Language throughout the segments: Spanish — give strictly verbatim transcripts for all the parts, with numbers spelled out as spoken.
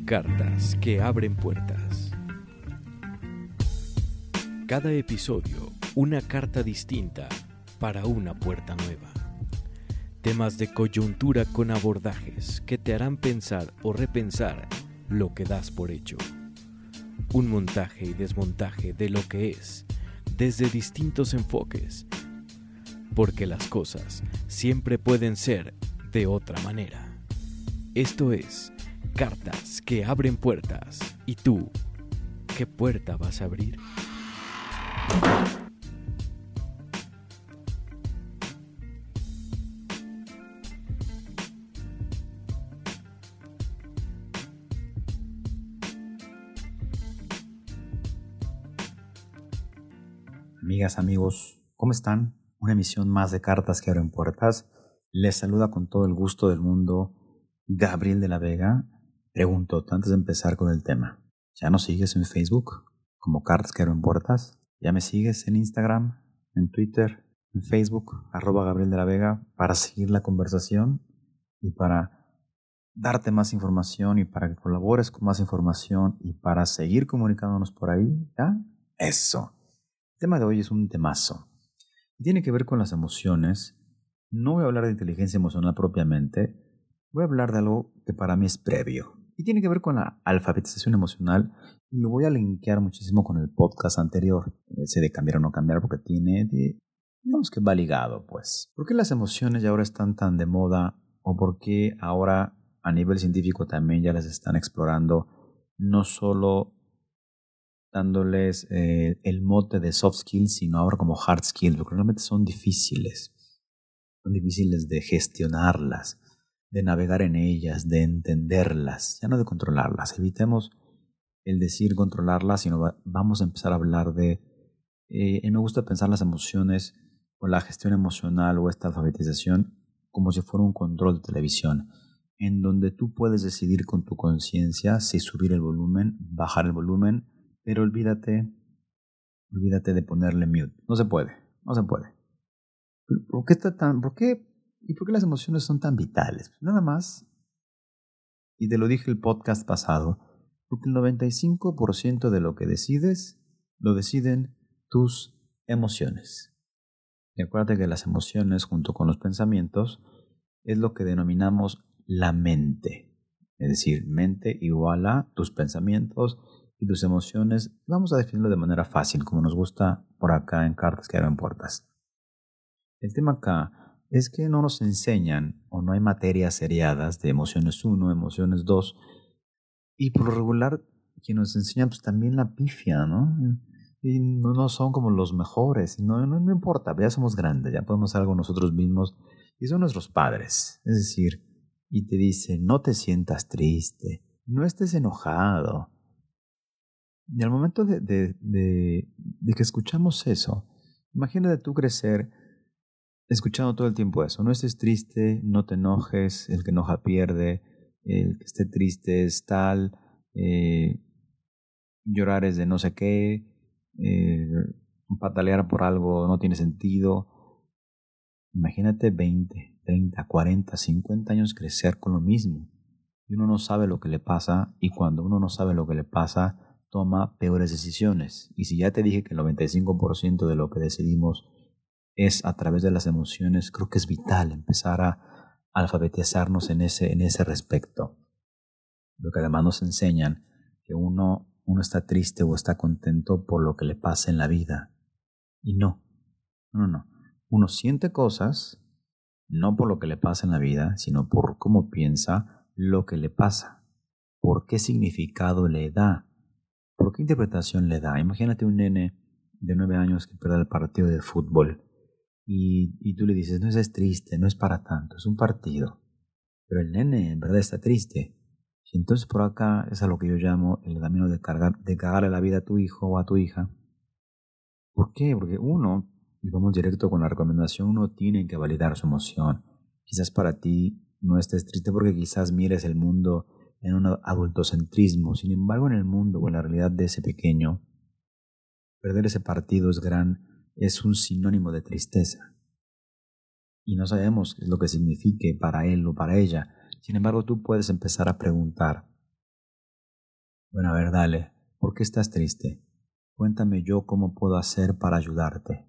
Cartas que abren puertas. Cada episodio, una carta distinta para una puerta nueva. Temas de coyuntura con abordajes que te harán pensar o repensar lo que das por hecho. Un montaje y desmontaje de lo que es, desde distintos enfoques, porque las cosas siempre pueden ser de otra manera. Esto es Cartas que abren puertas. ¿Y tú, qué puerta vas a abrir? Amigas, amigos, ¿cómo están? Una emisión más de Cartas que abren puertas. Les saluda con todo el gusto del mundo Gabriel de la Vega. Pregunto, antes de empezar con el tema, ¿ya nos sigues en Facebook como Cartas que abren puertas? ¿Ya me sigues en Instagram, en Twitter, en Facebook, arroba Gabriel de la Vega, para seguir la conversación y para darte más información y para que colabores con más información y para seguir comunicándonos por ahí? ¿Ya? Eso. El tema de hoy es un temazo. Tiene que ver con las emociones. No voy a hablar de inteligencia emocional propiamente. Voy a hablar de algo que para mí es previo. Y tiene que ver con la alfabetización emocional. Y lo voy a linkear muchísimo con el podcast anterior. Ese de cambiar o no cambiar, porque tiene, de, digamos que va ligado, pues. ¿Por qué las emociones ya ahora están tan de moda? ¿O por qué ahora a nivel científico también ya las están explorando? No solo dándoles eh, el mote de soft skills, sino ahora como hard skills, porque realmente son difíciles. Son difíciles de gestionarlas, de navegar en ellas, de entenderlas, ya no de controlarlas. Evitemos el decir controlarlas, sino va, vamos a empezar a hablar de... Eh, y me gusta pensar las emociones o la gestión emocional o esta alfabetización como si fuera un control de televisión, en donde tú puedes decidir con tu conciencia si subir el volumen, bajar el volumen, pero olvídate, olvídate de ponerle mute. No se puede, no se puede. ¿Por qué está tan, por qué, y por qué las emociones son tan vitales? Nada más, y te lo dije el podcast pasado, porque el noventa y cinco por ciento de lo que decides, lo deciden tus emociones. Y acuérdate que las emociones, junto con los pensamientos, es lo que denominamos la mente. Es decir, mente igual a tus pensamientos y tus emociones. Vamos a definirlo de manera fácil, como nos gusta por acá en Cartas que abren puertas. El tema acá es que no nos enseñan o no hay materias seriadas de emociones uno, emociones dos, y por lo regular quien nos enseña pues también la pifia, ¿no? Y no, no son como los mejores, y no, no, no importa, ya somos grandes, ya podemos hacer algo nosotros mismos, y son nuestros padres, es decir, y te dice, no te sientas triste, no estés enojado. Y al momento de, de, de, de que escuchamos eso, imagínate tú crecer escuchando todo el tiempo eso. No estés triste, no te enojes, el que enoja pierde, el que esté triste es tal, eh, llorar es de no sé qué, eh, patalear por algo no tiene sentido. Imagínate veinte, treinta, cuarenta, cincuenta años crecer con lo mismo. Y uno no sabe lo que le pasa, y cuando uno no sabe lo que le pasa, toma peores decisiones. Y si ya te dije que el noventa y cinco por ciento de lo que decidimos es a través de las emociones, creo que es vital empezar a alfabetizarnos en ese, en ese respecto. Lo que además nos enseñan que uno, uno está triste o está contento por lo que le pasa en la vida. Y no, no, no. Uno siente cosas no por lo que le pasa en la vida, sino por cómo piensa lo que le pasa. ¿Por qué significado le da? ¿Por qué interpretación le da? Imagínate un nene de nueve años que pierde el partido de fútbol. Y, y tú le dices, no, es triste, no es para tanto, es un partido. Pero el nene en verdad está triste. Y entonces por acá es a lo que yo llamo el camino de, cargar, de cagarle la vida a tu hijo o a tu hija. ¿Por qué? Porque uno, y vamos directo con la recomendación, uno tiene que validar su emoción. Quizás para ti no estés triste porque quizás mires el mundo en un adultocentrismo. Sin embargo, en el mundo o en la realidad de ese pequeño, perder ese partido es gran, es un sinónimo de tristeza. Y no sabemos qué es lo que signifique para él o para ella. Sin embargo, tú puedes empezar a preguntar, Bueno, a ver, dale. ¿Por qué estás triste? Cuéntame yo cómo puedo hacer para ayudarte.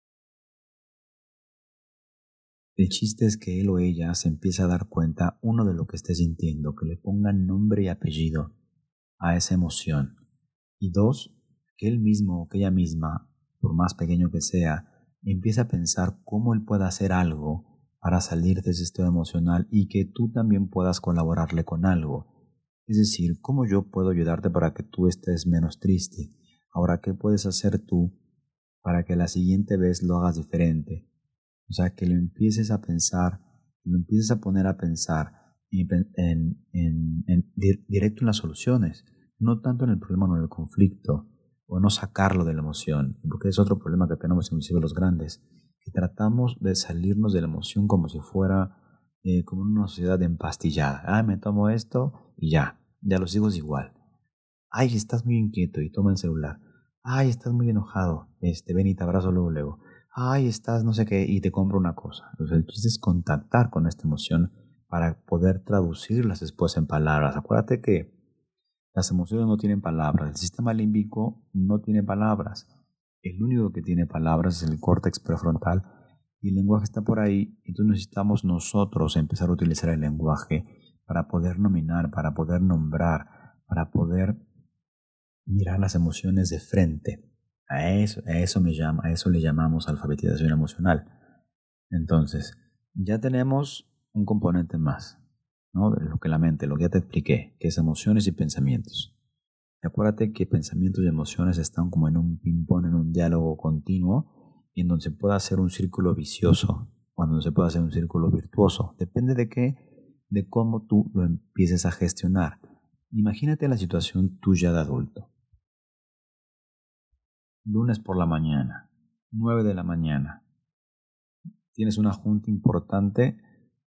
El chiste es que él o ella se empiece a dar cuenta, uno, de lo que esté sintiendo, que le pongan nombre y apellido a esa emoción. Y dos, que él mismo o que ella misma, por más pequeño que sea, empiece a pensar cómo él puede hacer algo para salir de ese estado emocional y que tú también puedas colaborarle con algo. Es decir, cómo yo puedo ayudarte para que tú estés menos triste. Ahora, ¿qué puedes hacer tú para que la siguiente vez lo hagas diferente? O sea, que lo empieces a pensar, que lo empieces a poner a pensar en, en, en, en directo en las soluciones, no tanto en el problema o en el conflicto, o no sacarlo de la emoción, porque es otro problema que tenemos inclusive los grandes, que tratamos de salirnos de la emoción como si fuera eh, como una sociedad empastillada. Ah, me tomo esto y ya, ya los hijos igual. Ay, estás muy inquieto y toma el celular. Ay, estás muy enojado, este, ven y te abrazo luego, luego. Ay, estás no sé qué y te compro una cosa. Entonces, el chiste es contactar con esta emoción para poder traducirlas después en palabras. Acuérdate que las emociones no tienen palabras. El sistema límbico no tiene palabras. El único que tiene palabras es el córtex prefrontal y el lenguaje está por ahí. Entonces necesitamos nosotros empezar a utilizar el lenguaje para poder nominar, para poder nombrar, para poder mirar las emociones de frente. A eso, a eso me llama, a eso le llamamos alfabetización emocional. Entonces, ya tenemos un componente más, ¿no? De lo que la mente, lo que ya te expliqué, que es emociones y pensamientos. Y acuérdate que pensamientos y emociones están como en un ping-pong, en un diálogo continuo, y en donde se puede hacer un círculo vicioso, o en donde se puede hacer un círculo virtuoso. Depende de qué, de cómo tú lo empieces a gestionar. Imagínate la situación tuya de adulto. Lunes por la mañana, nueve de la mañana. Tienes una junta importante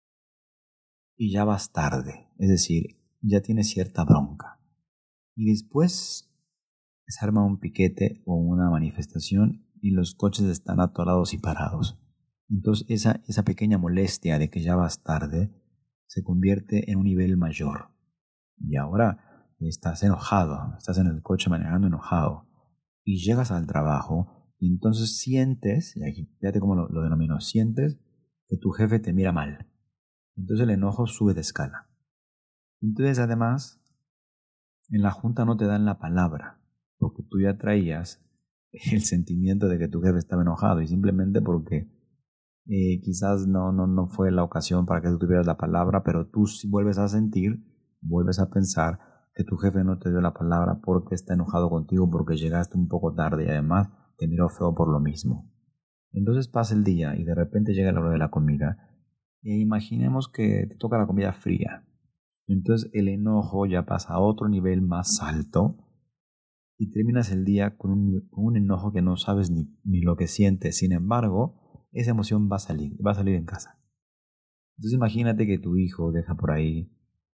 y ya vas tarde, es decir, ya tienes cierta bronca. Y después se arma un piquete o una manifestación y los coches están atorados y parados. Entonces esa, esa pequeña molestia de que ya vas tarde se convierte en un nivel mayor. Y ahora estás enojado, estás en el coche manejando enojado y llegas al trabajo. Y entonces sientes, y aquí fíjate cómo lo, lo denomino, sientes que tu jefe te mira mal. Entonces el enojo sube de escala. Entonces además, en la junta no te dan la palabra, porque tú ya traías el sentimiento de que tu jefe estaba enojado y simplemente porque eh, quizás no, no, no fue la ocasión para que tú tuvieras la palabra, pero tú sí vuelves a sentir, vuelves a pensar que tu jefe no te dio la palabra porque está enojado contigo, porque llegaste un poco tarde y además te miró feo por lo mismo. Entonces pasa el día y de repente llega la hora de la comida e imaginemos que te toca la comida fría. Entonces el enojo ya pasa a otro nivel más alto y terminas el día con un, con un enojo que no sabes ni, ni lo que sientes. Sin embargo, esa emoción va a salir, va a salir en casa. Entonces imagínate que tu hijo deja por ahí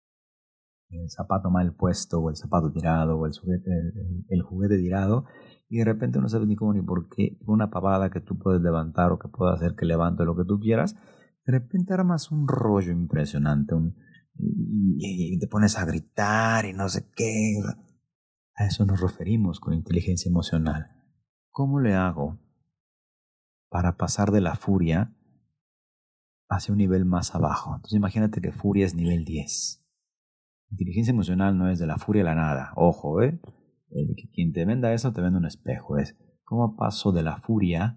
el zapato mal puesto o el zapato tirado o el juguete, el, el juguete tirado y de repente no sabes ni cómo ni por qué, por una pavada que tú puedes levantar o que pueda hacer que levante lo que tú quieras, de repente armas un rollo impresionante un, y, y te pones a gritar y no sé qué. A eso nos referimos con inteligencia emocional. ¿Cómo le hago para pasar de la furia hacia un nivel más abajo? Entonces imagínate que furia es nivel diez. Inteligencia emocional no es de la furia a la nada. Ojo, ¿eh? El que quien te venda eso te vende un espejo. Es cómo paso de la furia.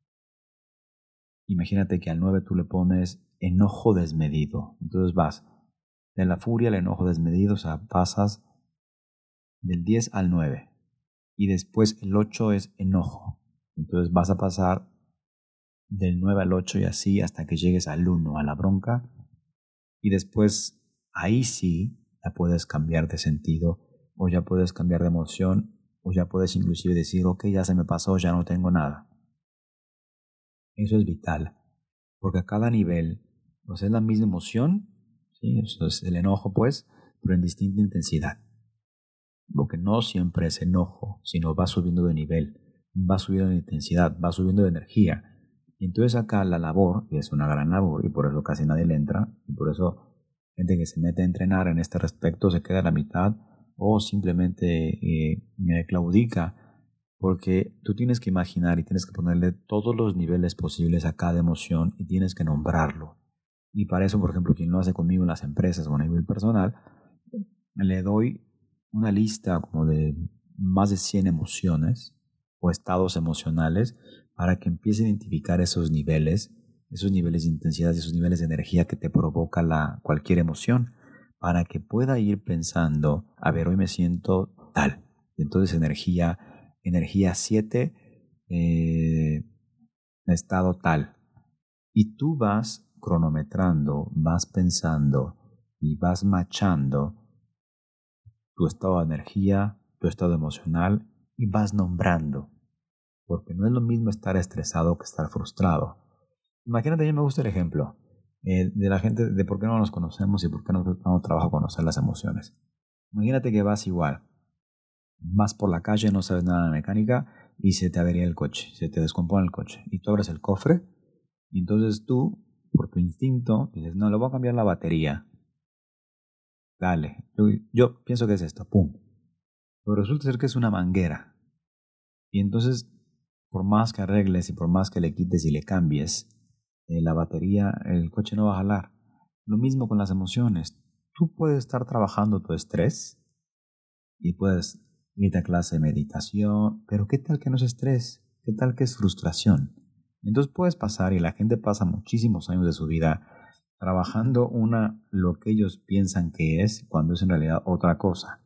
Imagínate que al nueve tú le pones enojo desmedido. Entonces vas de la furia al enojo desmedido, o sea, pasas del diez al nueve. Y después el ocho es enojo. Entonces vas a pasar del nueve al ocho y así hasta que llegues al uno, a la bronca. Y después ahí sí ya puedes cambiar de sentido o ya puedes cambiar de emoción o ya puedes inclusive decir, ok, ya se me pasó, ya no tengo nada. Eso es vital, porque a cada nivel pues es la misma emoción, ¿sí? Eso es el enojo pues, pero en distinta intensidad. Porque no siempre es enojo, sino va subiendo de nivel, va subiendo de intensidad, va subiendo de energía. Y entonces acá la labor, y es una gran labor, y por eso casi nadie le entra, y por eso gente que se mete a entrenar en este respecto se queda a la mitad, o simplemente eh, me claudica, porque tú tienes que imaginar y tienes que ponerle todos los niveles posibles a cada emoción y tienes que nombrarlo. Y para eso, por ejemplo, quien lo hace conmigo en las empresas o a nivel personal, le doy una lista como de más de cien emociones o estados emocionales para que empiece a identificar esos niveles, esos niveles de intensidad y esos niveles de energía que te provoca la, cualquier emoción, para que pueda ir pensando, a ver, hoy me siento tal. Entonces energía, energía siete, eh, estado tal. Y tú vas cronometrando, vas pensando y vas machando tu estado de energía, tu estado emocional y vas nombrando. Porque no es lo mismo estar estresado que estar frustrado. Imagínate, a mí me gusta el ejemplo eh, de la gente, de por qué no nos conocemos y por qué nos damos trabajo conocer las emociones. Imagínate que vas igual, vas por la calle, no sabes nada de mecánica y se te avería el coche, se te descompone el coche y tú abres el cofre y entonces tú, por tu instinto, dices, no, le voy a cambiar la batería. Dale, yo, yo pienso que es esto, pum. Pero resulta ser que es una manguera. Y entonces, por más que arregles y por más que le quites y le cambies eh, la batería, el coche no va a jalar. Lo mismo con las emociones. Tú puedes estar trabajando tu estrés y puedes irte a clase de meditación, pero ¿qué tal que no es estrés? ¿Qué tal que es frustración? Entonces puedes pasar, y la gente pasa muchísimos años de su vida trabajando una, lo que ellos piensan que es, cuando es en realidad otra cosa.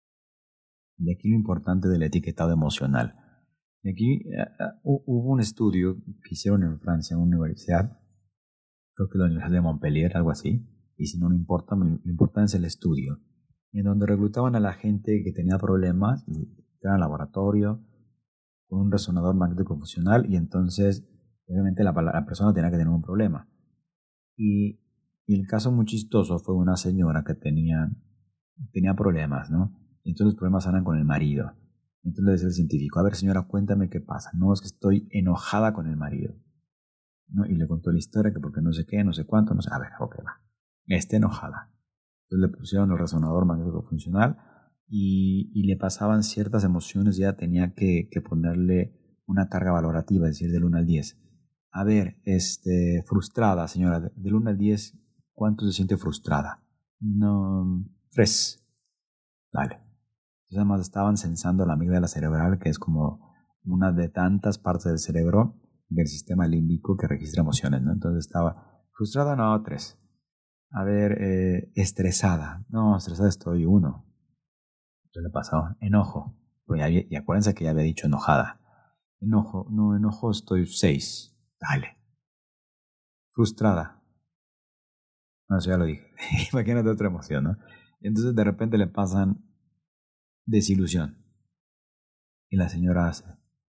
Y aquí lo importante del etiquetado emocional. Y aquí uh, uh, hubo un estudio que hicieron en Francia, en una universidad, creo que la Universidad de Montpellier, algo así, y si no, no importa, lo importante es el estudio, en donde reclutaban a la gente que tenía problemas, era en laboratorio, con un resonador magnético funcional, y entonces, obviamente, la, la persona tenía que tener un problema. Y, y el caso muy chistoso fue una señora que tenía, tenía problemas, ¿no? Y entonces los problemas eran con el marido. Entonces le decía el científico, a ver señora, cuéntame qué pasa. No, es que estoy enojada con el marido, ¿no? Y le contó la historia, que porque no sé qué, no sé cuánto, no sé. A ver, ok, va. Está enojada. Entonces le pusieron el resonador magnético funcional y, y le pasaban ciertas emociones y ella tenía que, que ponerle una carga valorativa, es decir, del uno al diez. A ver, este, frustrada, señora, del uno al diez, ¿cuánto se siente frustrada? No, tres. Dale. Entonces además estaban censando la amígdala cerebral, que es como una de tantas partes del cerebro del sistema límbico que registra emociones, ¿no? Entonces estaba frustrada, no, tres. A ver, eh, estresada. No, estresada estoy uno. Entonces le pasaba enojo. Pues ya, y acuérdense que ya había dicho enojada. Enojo, no, enojo estoy seis. Dale. Frustrada. No, eso ya lo dije. Imagínate otra emoción, ¿no? Y entonces de repente le pasan desilusión. Y la señora hace,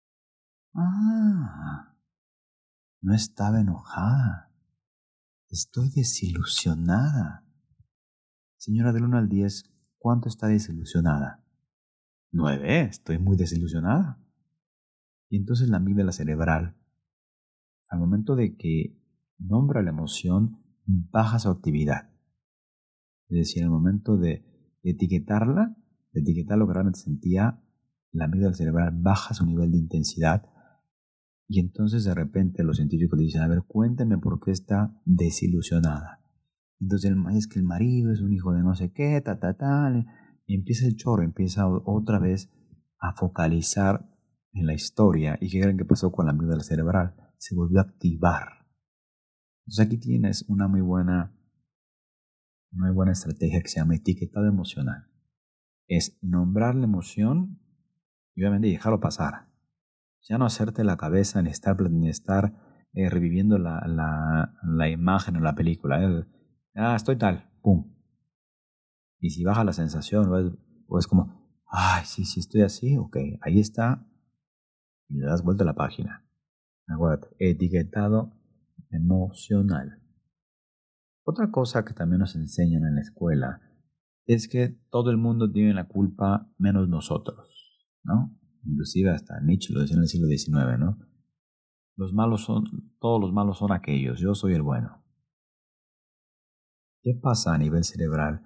ah, no estaba enojada. Estoy desilusionada. Señora, del uno al diez, ¿cuánto está desilusionada? nueve, estoy muy desilusionada. Y entonces la amígdala cerebral, al momento de que nombra la emoción, baja su actividad. Es decir, al momento de etiquetarla, de etiquetar lo que realmente sentía, la amígdala cerebral baja su nivel de intensidad. Y entonces de repente los científicos le dicen, a ver, cuéntame por qué está desilusionada. Entonces es que el marido es un hijo de no sé qué, ta, ta, ta. Y empieza el chorro, empieza otra vez a focalizar en la historia. ¿Y qué creen que pasó con la amígdala cerebral? Se volvió a activar. Entonces aquí tienes una muy buena, una muy buena estrategia que se llama etiquetado emocional. Es nombrar la emoción y obviamente dejarlo pasar. Ya no hacerte la cabeza ni estar, ni estar eh, reviviendo la, la, la imagen o la película. Eh. Ah, estoy tal, pum. Y si baja la sensación, o es, o es como, ay, sí, sí, estoy así, ok, ahí está. Y le das vuelta a la página. Acuérdate, etiquetado emocional. Otra cosa que también nos enseñan en la escuela es que todo el mundo tiene la culpa menos nosotros, ¿no? Inclusive hasta Nietzsche lo decía en el siglo diecinueve, ¿no? Los malos son, todos los malos son aquellos, yo soy el bueno. ¿Qué pasa a nivel cerebral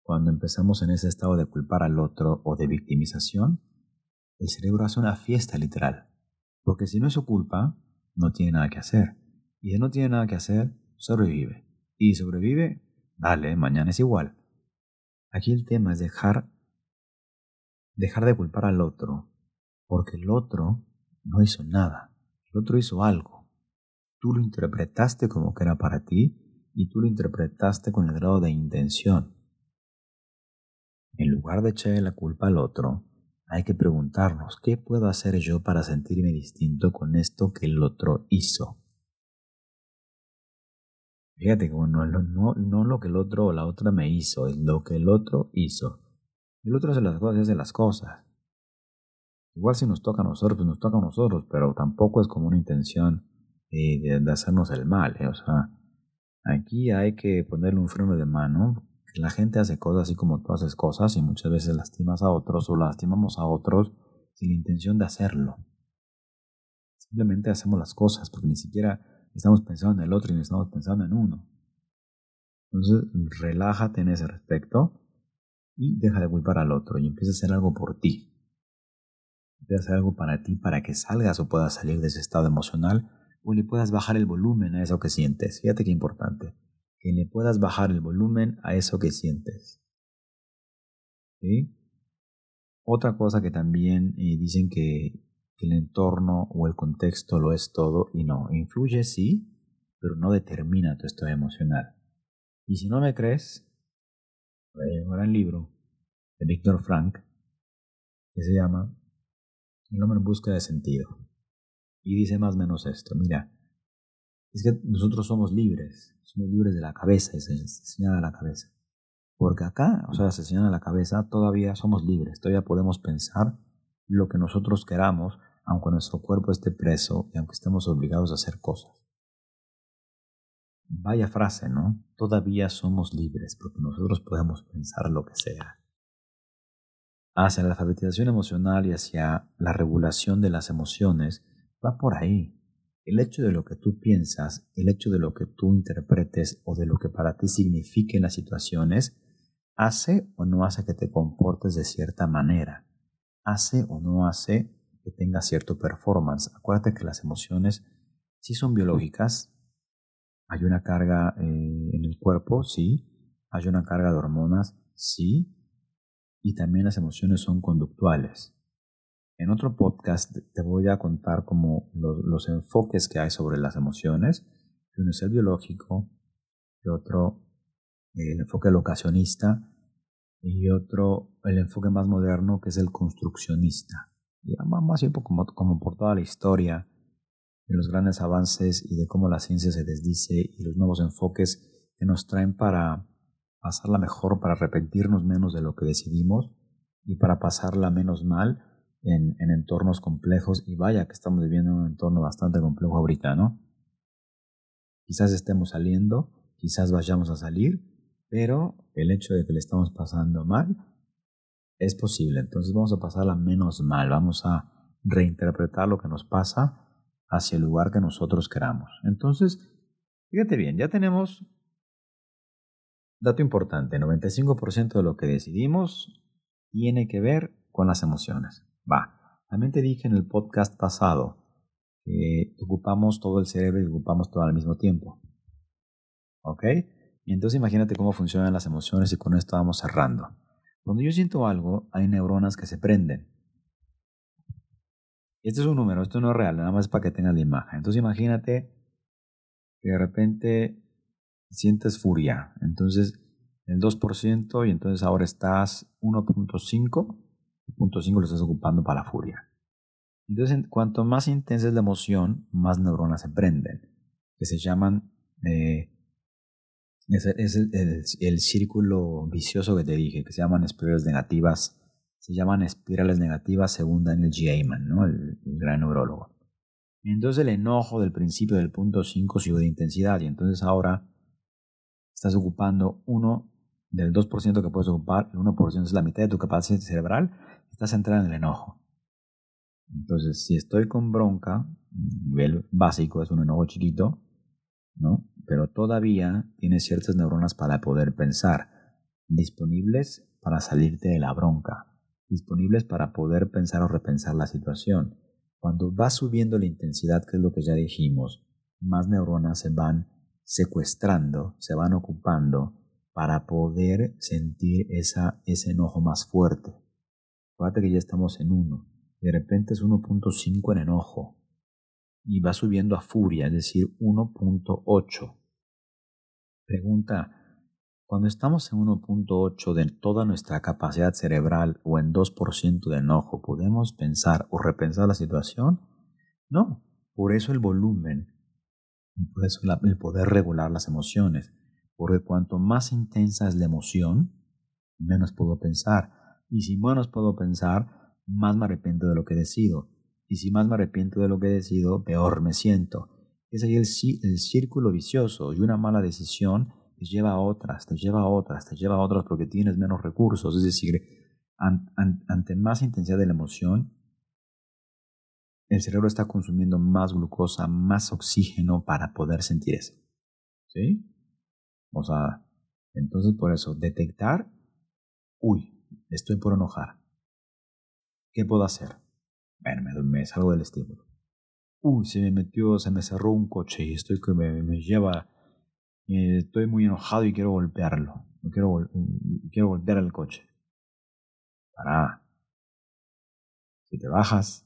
cuando empezamos en ese estado de culpar al otro o de victimización, el cerebro hace una fiesta literal. Porque si no es su culpa, no tiene nada que hacer. Y si no tiene nada que hacer, sobrevive. Y si sobrevive, dale, mañana es igual. Aquí el tema es dejar, dejar de culpar al otro, porque el otro no hizo nada. El otro hizo algo. Tú lo interpretaste como que era para ti y tú lo interpretaste con el grado de intención. En lugar de echarle la culpa al otro, hay que preguntarnos, ¿qué puedo hacer yo para sentirme distinto con esto que el otro hizo? Fíjate que no, no, no lo que el otro o la otra me hizo, es lo que el otro hizo. El otro hace las cosas y hace las cosas. Igual si nos toca a nosotros, pues nos toca a nosotros, pero tampoco es como una intención eh, de, de hacernos el mal. Eh. O sea, aquí hay que ponerle un freno de mano. La gente hace cosas así como tú haces cosas y muchas veces lastimas a otros o lastimamos a otros sin la intención de hacerlo. Simplemente hacemos las cosas porque ni siquiera estamos pensando en el otro y ni estamos pensando en uno. Entonces, relájate en ese respecto y deja de culpar al otro y empieza a hacer algo por ti. Empieza a hacer algo para ti para que salgas o puedas salir de ese estado emocional o le puedas bajar el volumen a eso que sientes. Fíjate qué importante. Que le puedas bajar el volumen a eso que sientes. ¿Sí? Otra cosa que también eh, dicen que, que el entorno o el contexto lo es todo y no. Influye sí, pero no determina tu estado emocional. Y si no me crees, hay un gran libro de Viktor Frankl que se llama El hombre en busca de sentido. Y dice más o menos esto, mira, es que nosotros somos libres, somos libres de la cabeza, y se señala la cabeza. Porque acá, o sea, se señala la cabeza, todavía somos libres, todavía podemos pensar lo que nosotros queramos, aunque nuestro cuerpo esté preso y aunque estemos obligados a hacer cosas. Vaya frase, ¿no? Todavía somos libres porque nosotros podemos pensar lo que sea. Hacia la alfabetización emocional y hacia la regulación de las emociones va por ahí. El hecho de lo que tú piensas, el hecho de lo que tú interpretes o de lo que para ti signifiquen las situaciones, hace o no hace que te comportes de cierta manera. Hace o no hace que tengas cierto performance. Acuérdate que las emociones sí son biológicas. Hay una carga eh, en el cuerpo, sí. Hay una carga de hormonas, sí. Y también las emociones son conductuales. En otro podcast te voy a contar como los, los enfoques que hay sobre las emociones. Uno es el biológico, y otro el enfoque locacionista, y otro el enfoque más moderno que es el construccionista. Y más bien como, como por toda la historia de los grandes avances y de cómo la ciencia se desdice y los nuevos enfoques que nos traen para pasarla mejor, para arrepentirnos menos de lo que decidimos y para pasarla menos mal en, en entornos complejos. Y vaya que estamos viviendo un entorno bastante complejo ahorita, ¿no? Quizás estemos saliendo, quizás vayamos a salir, pero el hecho de que le estamos pasando mal es posible. Entonces vamos a pasarla menos mal, vamos a reinterpretar lo que nos pasa hacia el lugar que nosotros queramos. Entonces, fíjate bien, ya tenemos dato importante, noventa y cinco por ciento de lo que decidimos tiene que ver con las emociones. Va, también te dije en el podcast pasado que ocupamos todo el cerebro y ocupamos todo al mismo tiempo. ¿Ok? Y entonces imagínate cómo funcionan las emociones y con esto vamos cerrando. Cuando yo siento algo, hay neuronas que se prenden. Este es un número, esto no es real, nada más para que tengas la imagen. Entonces imagínate que de repente sientes furia. Entonces el dos por ciento y entonces ahora estás uno punto cinco. uno punto cinco lo estás ocupando para la furia. Entonces cuanto más intensa es la emoción, más neuronas se prenden. Que se llaman... Eh, es, es el, el, el círculo vicioso que te dije, que se llaman espirales negativas. Se llaman espirales negativas según Daniel G. Amen, ¿no? el, el gran neurólogo. Entonces el enojo del principio del punto cinco sube de intensidad y entonces ahora estás ocupando uno del dos por ciento que puedes ocupar, el uno por ciento es la mitad de tu capacidad cerebral, estás centrado en el enojo. Entonces, si estoy con bronca, nivel básico es un enojo chiquito, ¿no? Pero todavía tiene ciertas neuronas para poder pensar. disponibles para salirte de la bronca, disponibles para poder pensar o repensar la situación. Cuando va subiendo la intensidad, que es lo que ya dijimos, más neuronas se van secuestrando, se van ocupando para poder sentir esa, ese enojo más fuerte. Acuérdate que ya estamos en uno, de repente es uno punto cinco en enojo y va subiendo a furia, es decir, uno punto ocho. Pregunta, cuando estamos en uno punto ocho de toda nuestra capacidad cerebral o en dos por ciento de enojo, ¿podemos pensar o repensar la situación? No, por eso el volumen y por eso la, el poder regular las emociones, porque cuanto más intensa es la emoción, menos puedo pensar, y si menos puedo pensar, más me arrepiento de lo que decido, y si más me arrepiento de lo que decido, peor me siento. Es ahí el, el círculo vicioso, y una mala decisión te lleva a otras, te lleva a otras, te lleva a otras porque tienes menos recursos. Es decir, an, an, ante más intensidad de la emoción, el cerebro está consumiendo más glucosa, más oxígeno para poder sentir eso. ¿Sí? O sea, entonces por eso, detectar, uy, estoy por enojar. ¿Qué puedo hacer? Bueno, me, me salgo del estímulo. Uy, se me metió, se me cerró un coche y estoy que me, me lleva... Eh, estoy muy enojado y quiero golpearlo. Quiero, quiero golpear el coche. Pará. Si te bajas,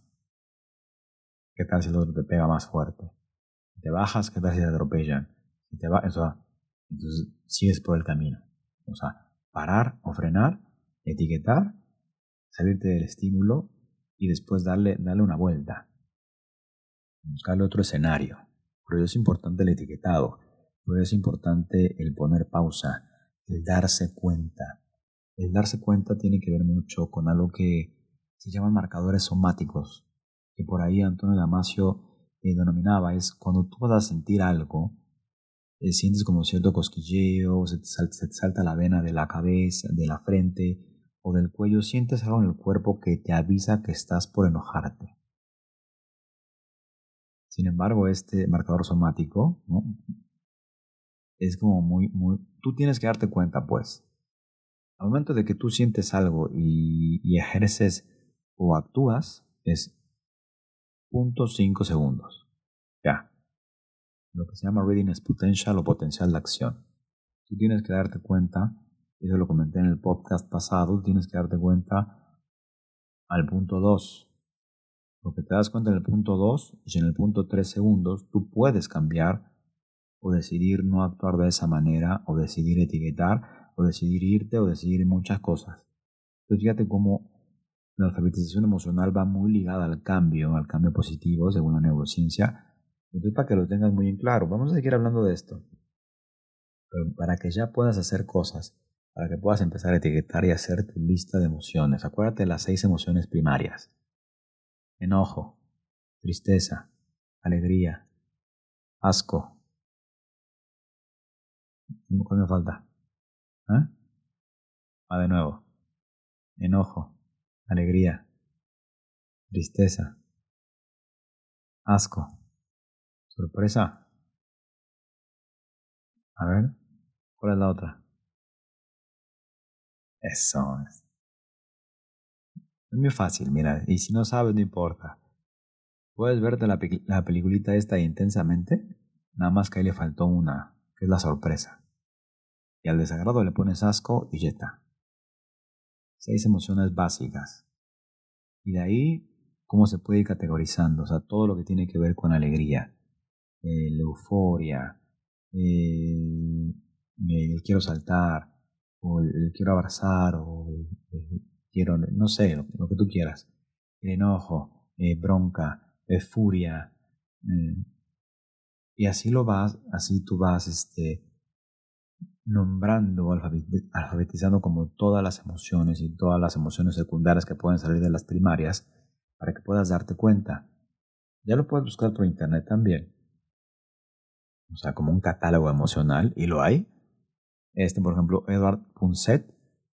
¿qué tal si el otro te pega más fuerte? Si te bajas, ¿qué tal si te atropellan? Si te va, o sea, entonces sigues por el camino. O sea, parar o frenar, etiquetar, salirte del estímulo y después darle, darle una vuelta. Buscarle otro escenario. Por eso es importante el etiquetado. Por eso es importante el poner pausa, el darse cuenta. El darse cuenta tiene que ver mucho con algo que se llaman marcadores somáticos, que por ahí Antonio Damasio eh, denominaba. Es cuando tú vas a sentir algo, eh, sientes como cierto cosquilleo, se te, salta, se te salta la vena de la cabeza, de la frente o del cuello, sientes algo en el cuerpo que te avisa que estás por enojarte. Sin embargo, este marcador somático, ¿no?, es como muy, muy... Tú tienes que darte cuenta, pues. Al momento de que tú sientes algo y, y ejerces o actúas, es cero punto cinco segundos. Ya. Lo que se llama readiness potential o potencial de acción. Tú tienes que darte cuenta, eso lo comenté en el podcast pasado, tienes que darte cuenta al punto dos. Lo que te das cuenta en el punto dos y en el punto tres segundos, tú puedes cambiar o decidir no actuar de esa manera, o decidir etiquetar, o decidir irte, o decidir muchas cosas. Entonces fíjate cómo la alfabetización emocional va muy ligada al cambio, al cambio positivo, según la neurociencia. Entonces, para que lo tengas muy en claro, vamos a seguir hablando de esto. Pero para que ya puedas hacer cosas, para que puedas empezar a etiquetar y hacer tu lista de emociones. Acuérdate de las seis emociones primarias. Enojo, tristeza, alegría, asco. ¿Cuál me falta? ¿Eh? Va de nuevo. Enojo, alegría, tristeza, asco, sorpresa. A ver, ¿cuál es la otra? Eso es. Es muy fácil, mira, y si no sabes, no importa. Puedes verte la, pe la peliculita esta intensamente, nada más que ahí le faltó una, que es la sorpresa. Y al desagrado le pones asco y ya está. Seis emociones básicas. Y de ahí, ¿cómo se puede ir categorizando? O sea, todo lo que tiene que ver con alegría, eh, la euforia, eh, el quiero saltar, o el, el quiero abrazar, o el, el quiero, no sé, lo, lo que tú quieras. El enojo, eh, bronca, eh, furia. Eh, y así lo vas, así tú vas este, nombrando, alfabetizando como todas las emociones y todas las emociones secundarias que pueden salir de las primarias para que puedas darte cuenta. Ya lo puedes buscar por internet también. O sea, como un catálogo emocional, y lo hay. Este, por ejemplo, Edward Punset,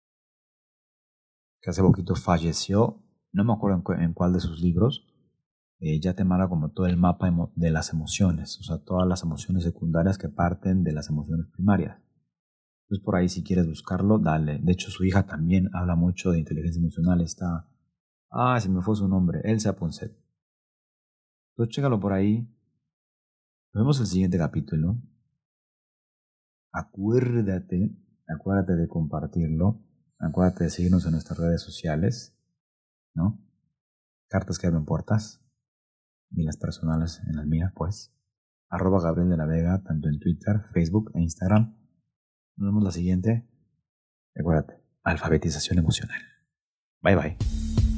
que hace poquito falleció, no me acuerdo en, cu en cuál de sus libros, eh, ya te marca como todo el mapa de las emociones, o sea, todas las emociones secundarias que parten de las emociones primarias. Entonces por ahí si quieres buscarlo, dale. De hecho su hija también habla mucho de inteligencia emocional. Está, ah, se me fue su nombre, Elsa Ponset. Entonces chécalo por ahí. Nos vemos en el siguiente capítulo. Acuérdate, acuérdate de compartirlo. Acuérdate de seguirnos en nuestras redes sociales, ¿no? Cartas que abren puertas. Y las personales en las mías, pues. Arroba Gabriel de la Vega, tanto en Twitter, Facebook e Instagram. Nos vemos la siguiente. Acuérdate, alfabetización emocional. Bye bye.